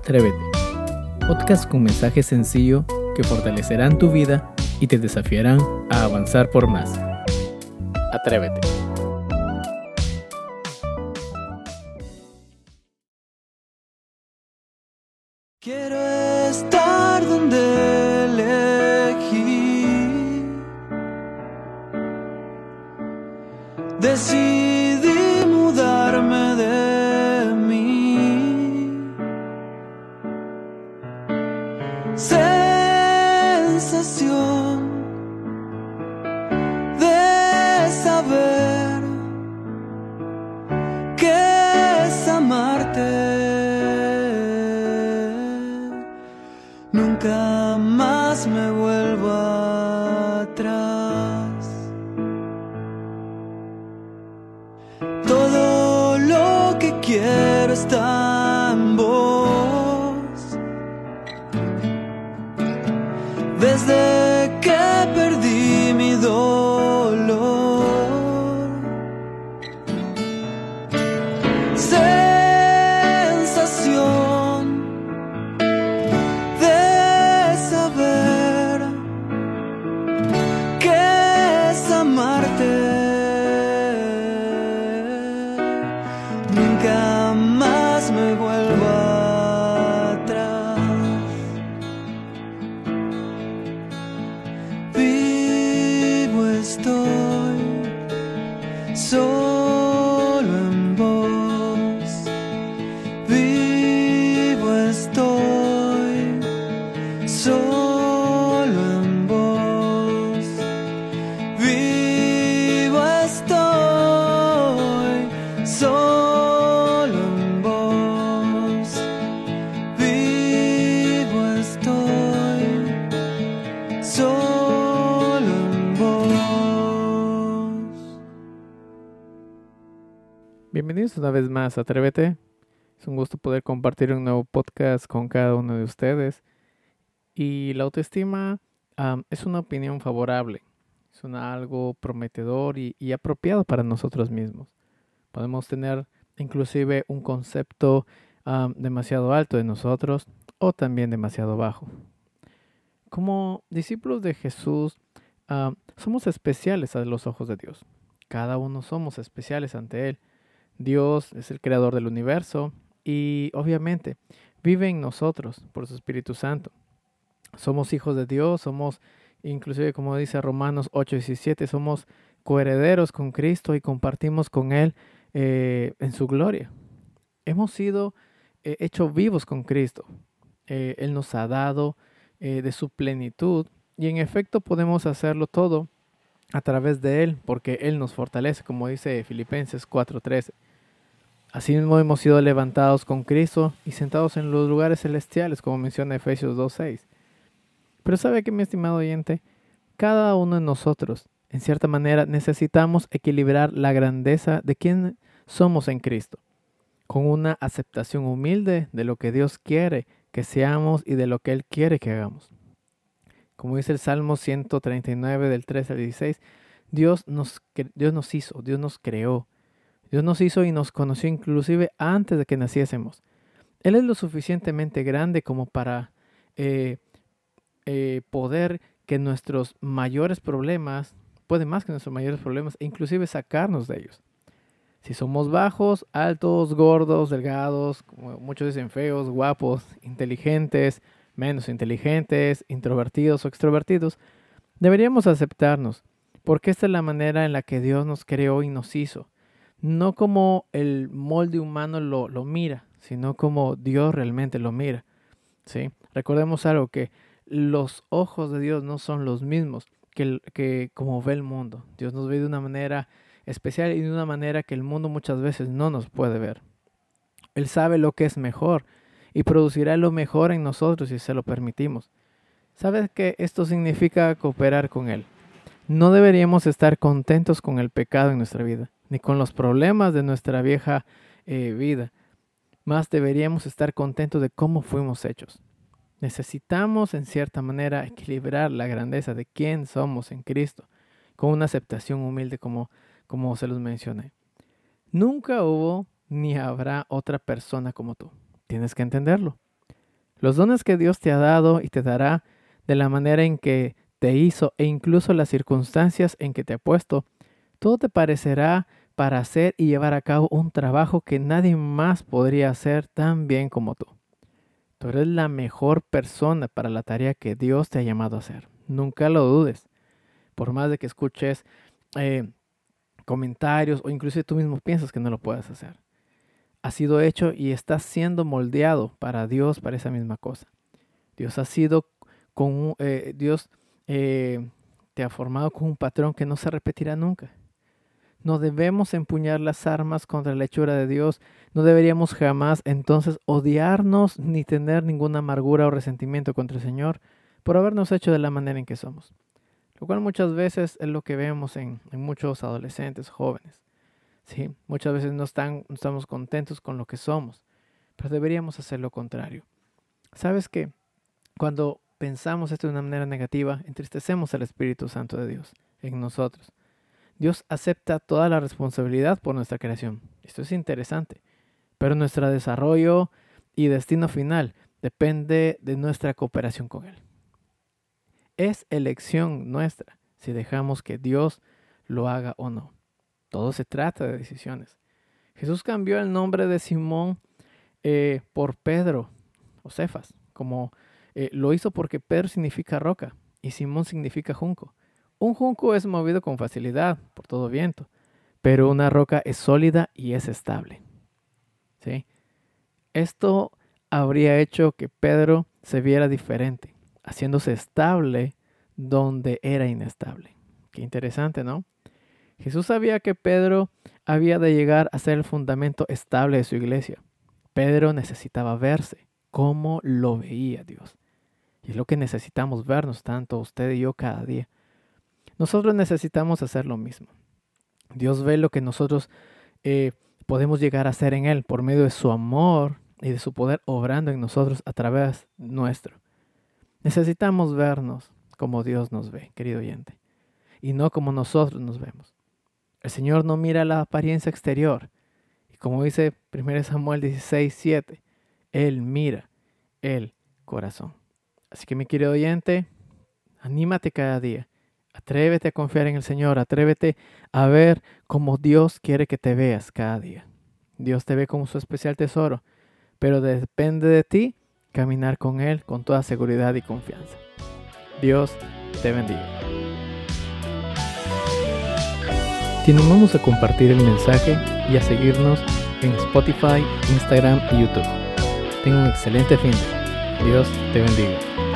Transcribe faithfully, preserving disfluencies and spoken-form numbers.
Atrévete, podcast con mensajes sencillos que fortalecerán tu vida y te desafiarán a avanzar por más. Atrévete. Quiero estar donde elegí. Decidí mudarme de mí. Sensación de saber que es amarte. Nunca más me vuelvo atrás. Todo lo que quiero está en vos. Desde que perdí mi dolor, sensación de saber que es amarte. Nunca más me vuelvo atrás. Vivo estoy solo en vos. Vivo estoy solo en vos. Vivo estoy solo en vos. Vivo estoy solo en vos. Bienvenidos una vez más a Atrévete. Es un gusto poder compartir un nuevo podcast con cada uno de ustedes. Y la autoestima um, es una opinión favorable. Es una, algo prometedor y, y apropiado para nosotros mismos. Podemos tener inclusive un concepto um, demasiado alto de nosotros o también demasiado bajo. Como discípulos de Jesús, um, somos especiales a los ojos de Dios. Cada uno somos especiales ante Él. Dios es el creador del universo y obviamente vive en nosotros por su Espíritu Santo. Somos hijos de Dios, somos, inclusive como dice Romanos ocho diecisiete, somos coherederos con Cristo y compartimos con Él eh, en su gloria. Hemos sido eh, hechos vivos con Cristo. Eh, Él nos ha dado eh, de su plenitud y en efecto podemos hacerlo todo a través de Él porque Él nos fortalece, como dice Filipenses cuatro trece. Asimismo hemos sido levantados con Cristo y sentados en los lugares celestiales, como menciona Efesios dos seis. Pero ¿sabe qué, mi estimado oyente? Cada uno de nosotros, en cierta manera, necesitamos equilibrar la grandeza de quién somos en Cristo, con una aceptación humilde de lo que Dios quiere que seamos y de lo que Él quiere que hagamos. Como dice el Salmo ciento treinta y nueve, del trece al dieciséis, Dios nos, Dios nos hizo, Dios nos creó. Dios nos hizo y nos conoció inclusive antes de que naciésemos. Él es lo suficientemente grande como para eh, eh, poder que nuestros mayores problemas, puede más que nuestros mayores problemas, e inclusive sacarnos de ellos. Si somos bajos, altos, gordos, delgados, como muchos dicen feos, guapos, inteligentes, menos inteligentes, introvertidos o extrovertidos, deberíamos aceptarnos, porque esta es la manera en la que Dios nos creó y nos hizo. No como el molde humano lo, lo mira, sino como Dios realmente lo mira, ¿sí? Recordemos algo, que los ojos de Dios no son los mismos que, que como ve el mundo. Dios nos ve de una manera especial y de una manera que el mundo muchas veces no nos puede ver. Él sabe lo que es mejor y producirá lo mejor en nosotros si se lo permitimos. ¿Sabes qué? Esto significa cooperar con Él. No deberíamos estar contentos con el pecado en nuestra vida, ni con los problemas de nuestra vieja eh, vida. Más deberíamos estar contentos de cómo fuimos hechos. Necesitamos, en cierta manera, equilibrar la grandeza de quién somos en Cristo, con una aceptación humilde como, como se los mencioné. Nunca hubo ni habrá otra persona como tú. Tienes que entenderlo. Los dones que Dios te ha dado y te dará, de la manera en que te hizo e incluso las circunstancias en que te ha puesto, todo te parecerá para hacer y llevar a cabo un trabajo que nadie más podría hacer tan bien como tú. Tú eres la mejor persona para la tarea que Dios te ha llamado a hacer. Nunca lo dudes. Por más de que escuches eh, comentarios o incluso tú mismo piensas que no lo puedes hacer. Has sido hecho y estás siendo moldeado para Dios para esa misma cosa. Dios ha sido con un, eh, Dios eh, te ha formado con un patrón que no se repetirá nunca. No debemos empuñar las armas contra la hechura de Dios. No deberíamos jamás entonces odiarnos ni tener ninguna amargura o resentimiento contra el Señor por habernos hecho de la manera en que somos. Lo cual muchas veces es lo que vemos en, en muchos adolescentes, jóvenes. ¿Sí? Muchas veces no, están, no estamos contentos con lo que somos, pero deberíamos hacer lo contrario. ¿Sabes qué? Cuando pensamos esto de una manera negativa, entristecemos al Espíritu Santo de Dios en nosotros. Dios acepta toda la responsabilidad por nuestra creación. Esto es interesante, pero nuestro desarrollo y destino final depende de nuestra cooperación con Él. Es elección nuestra si dejamos que Dios lo haga o no. Todo se trata de decisiones. Jesús cambió el nombre de Simón eh, por Pedro o Cefas, como eh, lo hizo porque Pedro significa roca y Simón significa junco. Un junco es movido con facilidad por todo viento, pero una roca es sólida y es estable. ¿Sí? Esto habría hecho que Pedro se viera diferente, haciéndose estable donde era inestable. Qué interesante, ¿no? Jesús sabía que Pedro había de llegar a ser el fundamento estable de su iglesia. Pedro necesitaba verse como lo veía Dios. Y es lo que necesitamos vernos tanto usted y yo cada día. Nosotros necesitamos hacer lo mismo. Dios ve lo que nosotros eh, podemos llegar a hacer en Él por medio de su amor y de su poder obrando en nosotros a través nuestro. Necesitamos vernos como Dios nos ve, querido oyente, y no como nosotros nos vemos. El Señor no mira la apariencia exterior. Y como dice primero Samuel dieciséis, siete, Él mira el corazón. Así que mi querido oyente, anímate cada día. Atrévete a confiar en el Señor. Atrévete a ver cómo Dios quiere que te veas cada día. Dios te ve como su especial tesoro. Pero depende de ti caminar con Él con toda seguridad y confianza. Dios te bendiga. Te animamos a compartir el mensaje y a seguirnos en Spotify, Instagram y YouTube. Tenga un excelente fin. Dios te bendiga.